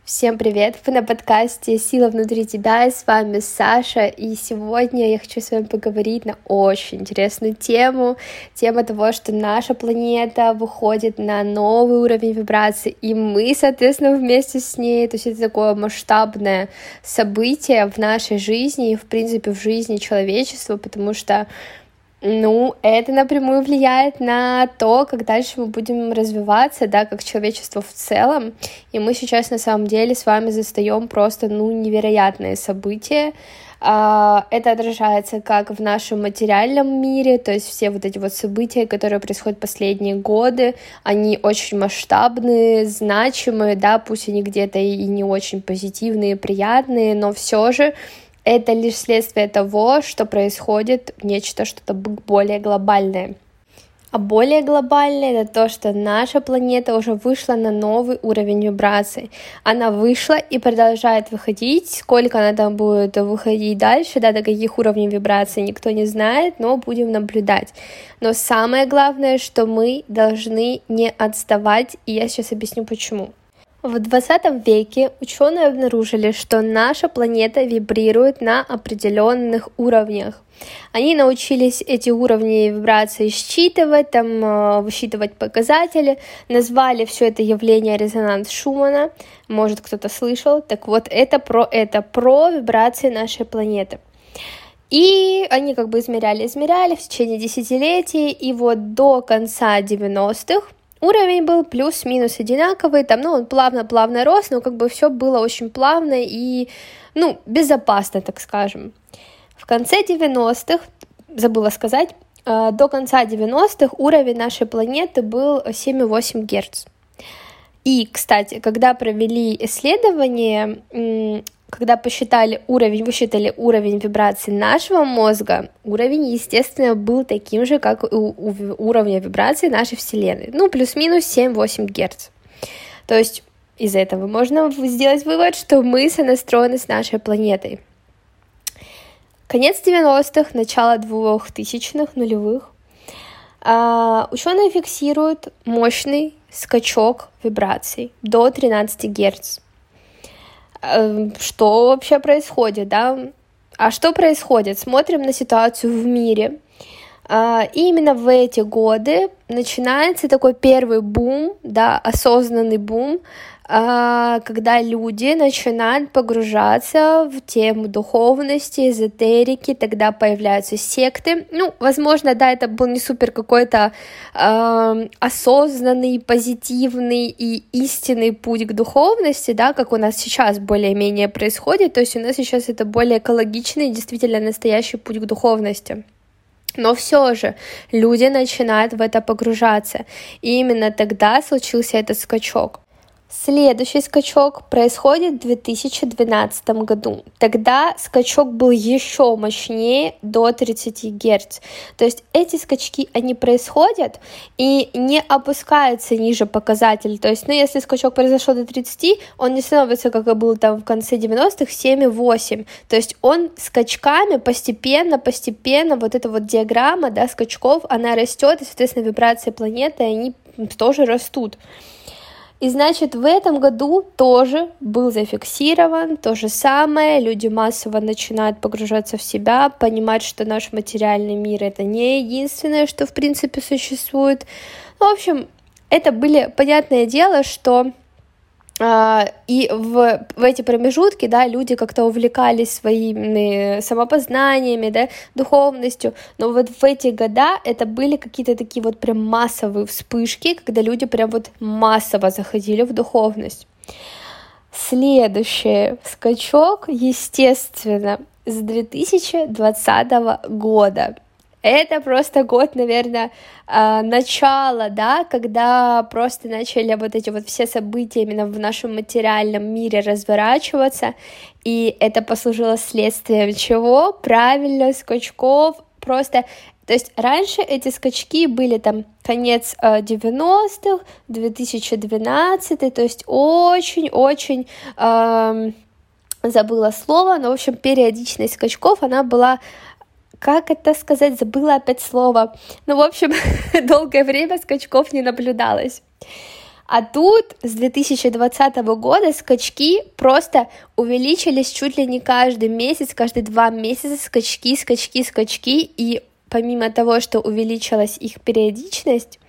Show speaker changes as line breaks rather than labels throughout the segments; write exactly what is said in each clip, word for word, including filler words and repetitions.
Всем привет! Вы на подкасте «Сила внутри тебя», и с вами Саша, и сегодня я хочу с вами поговорить на очень интересную тему, тема того, что наша планета выходит на новый уровень вибраций, и мы, соответственно, вместе с ней, то есть это такое масштабное событие в нашей жизни и, в принципе, в жизни человечества, потому что Ну, это напрямую влияет на то, как дальше мы будем развиваться, да, как человечество в целом. И мы сейчас на самом деле с вами застаем просто, ну, невероятные события. Это отражается как в нашем материальном мире, то есть все вот эти вот события, которые происходят последние годы, они очень масштабные, значимые, да, пусть они где-то и не очень позитивные, приятные, но все же это лишь следствие того, что происходит нечто, что-то более глобальное. А более глобальное — это то, что наша планета уже вышла на новый уровень вибраций. Она вышла и продолжает выходить. Сколько она там будет выходить дальше, да, до каких уровней вибраций, никто не знает, но будем наблюдать. Но самое главное, что мы должны не отставать, и я сейчас объясню почему. В двадцатом веке ученые обнаружили, что наша планета вибрирует на определенных уровнях. Они научились эти уровни вибраций считывать, там, высчитывать показатели, назвали все это явление резонанс Шумана, может кто-то слышал, так вот это про это, про вибрации нашей планеты. И они как бы измеряли, измеряли в течение десятилетий, и вот до конца девяностых уровень был плюс-минус одинаковый, там, ну, он плавно-плавно рос, но как бы все было очень плавно и, ну, безопасно, так скажем. В конце девяностых, забыла сказать, до конца девяностых уровень нашей планеты был семь и восемь Гц. И, кстати, когда провели исследование, когда посчитали уровень, высчитали уровень вибраций нашего мозга, уровень, естественно, был таким же, как и у, у уровня вибраций нашей Вселенной. Ну, плюс-минус семь-восемь Гц. То есть из этого можно сделать вывод, что мы сонастроены с нашей планетой. Конец девяностых, начало двухтысячных, нулевых. А, ученые фиксируют мощный скачок вибраций до тринадцати Гц. Что вообще происходит, да? А что происходит? Смотрим на ситуацию в мире. И именно в эти годы начинается такой первый бум, да, осознанный бум, когда люди начинают погружаться в тему духовности, эзотерики, тогда появляются секты. Ну, возможно, да, это был не супер какой-то э, осознанный, позитивный и истинный путь к духовности, да, как у нас сейчас более-менее происходит, то есть у нас сейчас это более экологичный, действительно настоящий путь к духовности. Но все же люди начинают в это погружаться, и именно тогда случился этот скачок. Следующий скачок происходит в две тысячи двенадцатом году. Тогда скачок был еще мощнее, до тридцати Гц. То есть эти скачки, они происходят и не опускаются ниже показателей. То есть, ну, если скачок произошел до тридцати, он не становится, как и был там в конце девяностых, семь и восемь. То есть он скачками постепенно, постепенно, вот эта вот диаграмма, да, скачков, она растет, и, соответственно, вибрации планеты, они тоже растут. И, значит, в этом году тоже был зафиксирован то же самое, люди массово начинают погружаться в себя, понимать, что наш материальный мир — это не единственное, что, в принципе, существует. Ну, в общем, это были, понятное дело, что Uh, и в, в эти промежутки, да, люди как-то увлекались своими самопознаниями, да, духовностью, но вот в эти года это были какие-то такие вот прям массовые вспышки, когда люди прям вот массово заходили в духовность. Следующий скачок, естественно, с две тысячи двадцатого года. Это просто год, наверное, начала, да, когда просто начали вот эти вот все события именно в нашем материальном мире разворачиваться, и это послужило следствием чего? Правильно, скачков, просто, то есть раньше эти скачки были там конец девяностых, две тысячи двенадцатый, то есть очень-очень, э, забыла слово, но, в общем, периодичность скачков, она была... Как это сказать? Забыла опять слово. Ну, в общем, долгое время скачков не наблюдалось. А тут с две тысячи двадцатого года скачки просто увеличились чуть ли не каждый месяц, каждые два месяца скачки, скачки, скачки, и помимо того, что увеличилась их периодичность,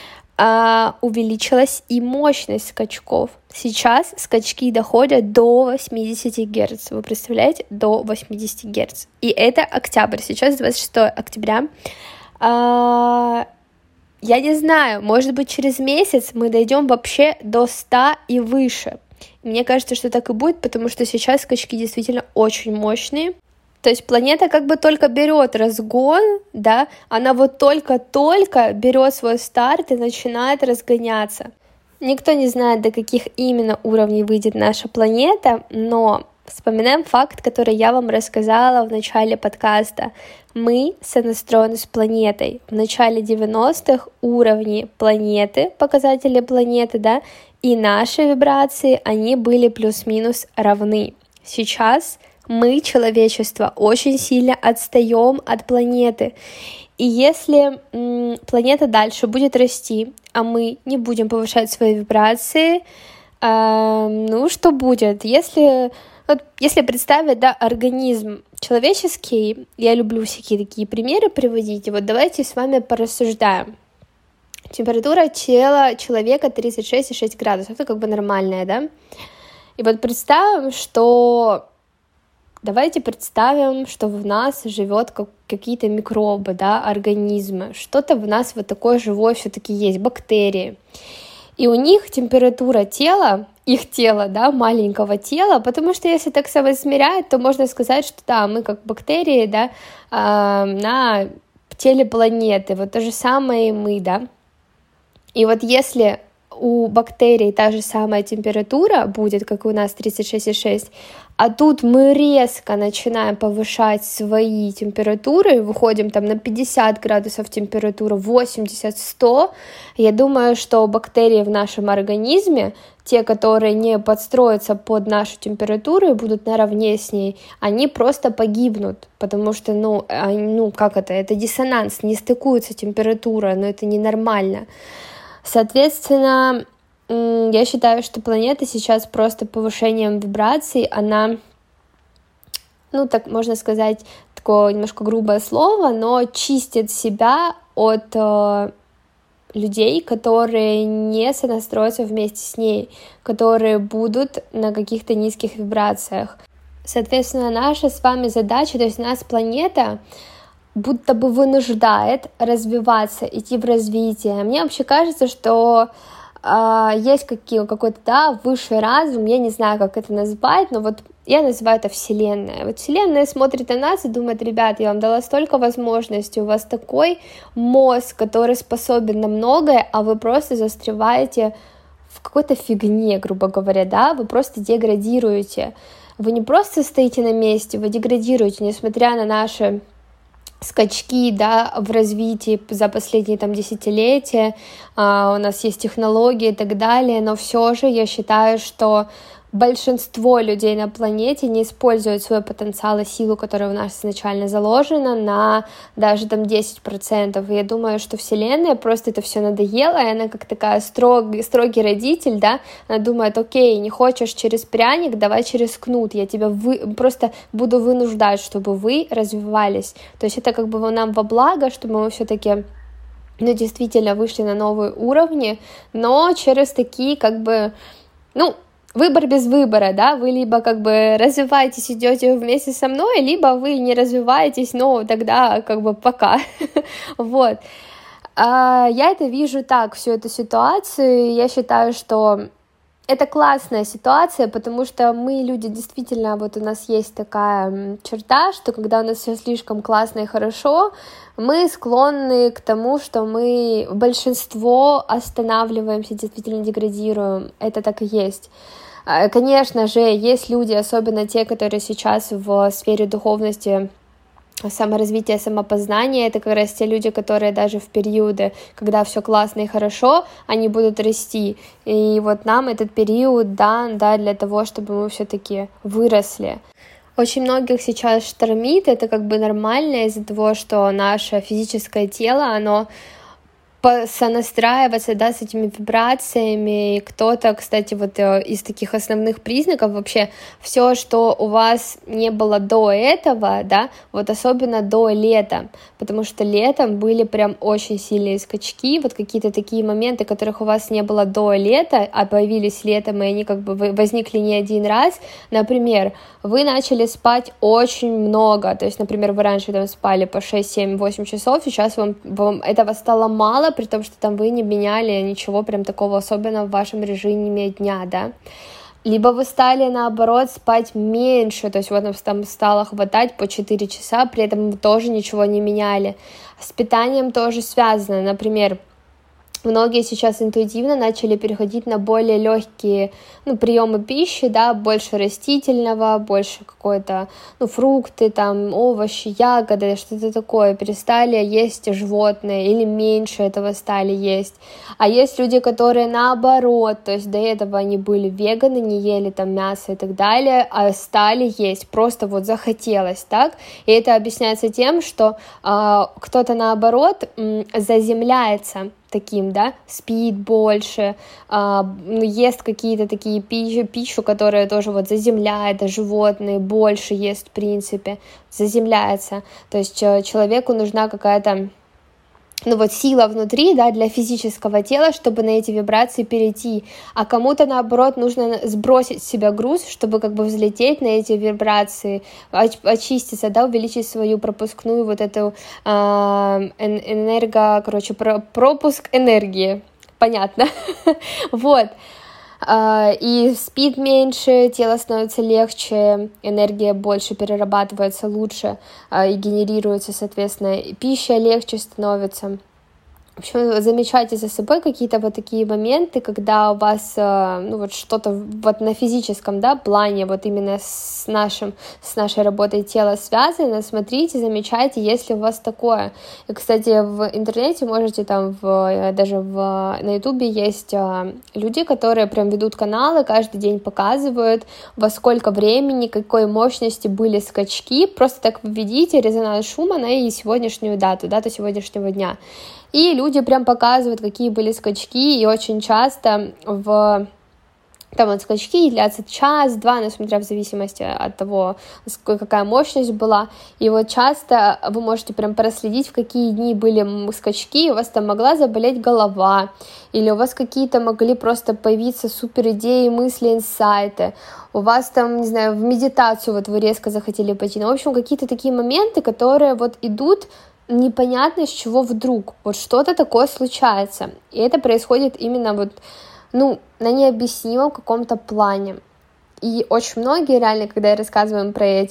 увеличилась и мощность скачков. Сейчас скачки доходят до восемьдесят герц. Вы представляете? До восемьдесят герц. И это октябрь. Сейчас двадцать шестое октября. А, я не знаю, может быть, через месяц мы дойдем вообще до ста и выше. Мне кажется, что так и будет, потому что сейчас скачки действительно очень мощные. То есть планета как бы только берет разгон, да, она вот только-только берет свой старт и начинает разгоняться. Никто не знает, до каких именно уровней выйдет наша планета, но вспоминаем факт, который я вам рассказала в начале подкаста. Мы сонастроены с планетой. В начале девяностых уровни планеты, показатели планеты, да, и наши вибрации, они были плюс-минус равны. Сейчас мы, человечество, очень сильно отстаем от планеты. И если м, планета дальше будет расти, а мы не будем повышать свои вибрации, э, ну что будет? Если, вот, если представить, да, организм человеческий, я люблю всякие такие примеры приводить, и вот давайте с вами порассуждаем. Температура тела человека тридцать шесть и шесть градусов, это как бы нормальная, да? И вот представим, что... Давайте представим, что в нас живет как какие-то микробы, да, организмы, что-то в нас вот такое живое все-таки есть, бактерии. И у них температура тела, их тела, да, маленького тела, потому что если так самоизмерять, то можно сказать, что да, мы как бактерии, да, э, на теле планеты, вот то же самое и мы, да. И вот если у бактерий та же самая температура будет, как и у нас тридцать шесть и шесть, а тут мы резко начинаем повышать свои температуры, выходим там на пятьдесят градусов температуры, восемьдесят, сто, я думаю, что бактерии в нашем организме, те, которые не подстроятся под нашу температуру и будут наравне с ней, они просто погибнут, потому что, ну, они, ну как это, это диссонанс, не стыкуется температура, но это ненормально. Соответственно, я считаю, что планета сейчас просто повышением вибраций, она, ну, так можно сказать, такое немножко грубое слово, но чистит себя от э, людей, которые не сонастроятся вместе с ней, которые будут на каких-то низких вибрациях. Соответственно, наша с вами задача, то есть нас планета будто бы вынуждает развиваться, идти в развитие. Мне вообще кажется, что э, есть какие, какой-то, да, высший разум, я не знаю, как это назвать, но вот я называю это Вселенная. Вот Вселенная смотрит на нас и думает: ребят, я вам дала столько возможностей, у вас такой мозг, который способен на многое, а вы просто застреваете в какой-то фигне, грубо говоря, да, вы просто деградируете. Вы не просто стоите на месте, вы деградируете, несмотря на наши скачки, да, в развитии за последние там десятилетия, а, у нас есть технологии и так далее, но все же я считаю, что большинство людей на планете не используют свой потенциал и силу, которая у нас изначально заложена, на даже там десять процентов. И я думаю, что Вселенная просто это все надоело, и она как такая строг, строгий родитель, да, она думает: окей, не хочешь через пряник, давай через кнут, я тебя вы... просто буду вынуждать, чтобы вы развивались. То есть это как бы нам во благо, чтобы мы все-таки, ну, действительно вышли на новые уровни, но через такие как бы, ну, выбор без выбора, да, вы либо как бы развиваетесь, идете вместе со мной, либо вы не развиваетесь, но тогда как бы пока, вот. А я это вижу так, всю эту ситуацию, я считаю, что это классная ситуация, потому что мы, люди, действительно, вот у нас есть такая черта, что когда у нас все слишком классно и хорошо, мы склонны к тому, что мы большинство останавливаемся, действительно деградируем, это так и есть. Конечно же, есть люди, особенно те, которые сейчас в сфере духовности, саморазвития, самопознания, это как раз те люди, которые даже в периоды, когда все классно и хорошо, они будут расти. И вот нам этот период дан, да, для того, чтобы мы все-таки выросли. Очень многих сейчас штормит, это как бы нормально из-за того, что наше физическое тело, оно сонастраиваться, да, с этими вибрациями. И кто-то, кстати, вот из таких основных признаков вообще все, что у вас не было до этого, да, вот особенно до лета, потому что летом были прям очень сильные скачки, вот какие-то такие моменты, которых у вас не было до лета, а появились летом, и они как бы возникли не один раз. Например, вы начали спать очень много, то есть, например, вы раньше там спали по шесть, семь, восемь часов, сейчас вам, вам этого стало мало, при том, что там вы не меняли ничего прям такого особенного в вашем режиме дня, да. Либо вы стали, наоборот, спать меньше, то есть вот там стало хватать по четыре часа, при этом вы тоже ничего не меняли. С питанием тоже связано, например, многие сейчас интуитивно начали переходить на более легкие, ну, приемы пищи, да, больше растительного, больше какой-то, ну, фрукты, там, овощи, ягоды, что-то такое, перестали есть животные или меньше этого стали есть. А есть люди, которые наоборот, то есть до этого они были веганы, не ели там мясо и так далее, а стали есть, просто вот захотелось, так? И это объясняется тем, что э, кто-то наоборот м, заземляется таким, да, спит больше, э, ест какие-то такие пищи, пищу, которая тоже вот заземляет, да, животные больше ест, в принципе, заземляется, то есть э, человеку нужна какая-то, ну вот сила внутри, да, для физического тела, чтобы на эти вибрации перейти, а кому-то, наоборот, нужно сбросить с себя груз, чтобы как бы взлететь на эти вибрации, очиститься, да, увеличить свою пропускную вот эту э, энерго, короче, пропуск энергии, понятно, вот. И спит меньше, тело становится легче, энергия больше перерабатывается лучше и генерируется, соответственно, и пища легче становится. В общем, замечайте за собой какие-то вот такие моменты, когда у вас, ну, вот что-то вот на физическом, да, плане, вот именно с нашим, с нашей работой тела связано, смотрите, замечайте, если у вас такое. И, кстати, в интернете можете там, в, даже в, на ютубе есть люди, которые прям ведут каналы, каждый день показывают, во сколько времени, какой мощности были скачки, просто так введите резонанс Шумана и сегодняшнюю дату, дату сегодняшнего дня. И люди прям показывают, какие были скачки, и очень часто в... Там вот скачки длятся час-два, ну, смотря в зависимости от того, какая мощность была. И вот часто вы можете прям проследить, в какие дни были скачки, у вас там могла заболеть голова, или у вас какие-то могли просто появиться супер идеи, мысли, инсайты, у вас там, не знаю, в медитацию вот вы резко захотели пойти. Ну, в общем, какие-то такие моменты, которые вот идут непонятно с чего вдруг, вот что-то такое случается, и это происходит именно вот, ну, на необъяснимом каком-то плане. И очень многие реально, когда я рассказываю про эти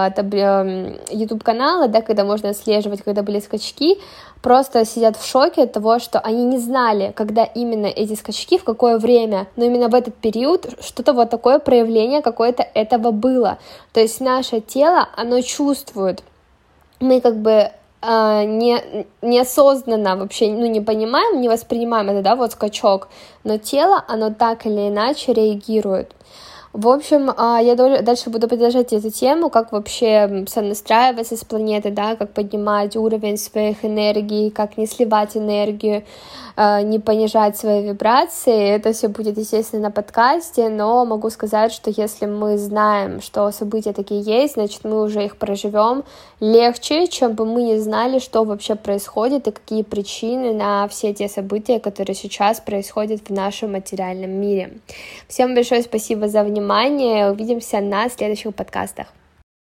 э, YouTube-каналы, да, когда можно отслеживать, когда были скачки, просто сидят в шоке от того, что они не знали, когда именно эти скачки, в какое время, но именно в этот период что-то вот такое проявление какое-то этого было. То есть наше тело, оно чувствует, мы как бы Не, неосознанно вообще, ну, не понимаем, не воспринимаем это, да, вот скачок, но тело, оно так или иначе реагирует. В общем, я дальше буду продолжать эту тему, как вообще сонастраиваться с планетой, да, как поднимать уровень своих энергий, как не сливать энергию, не понижать свои вибрации. Это все будет, естественно, на подкасте, но могу сказать, что если мы знаем, что события такие есть, значит, мы уже их проживем легче, чем бы мы не знали, что вообще происходит и какие причины на все те события, которые сейчас происходят в нашем материальном мире. Всем большое спасибо за внимание. Увидимся на следующих подкастах.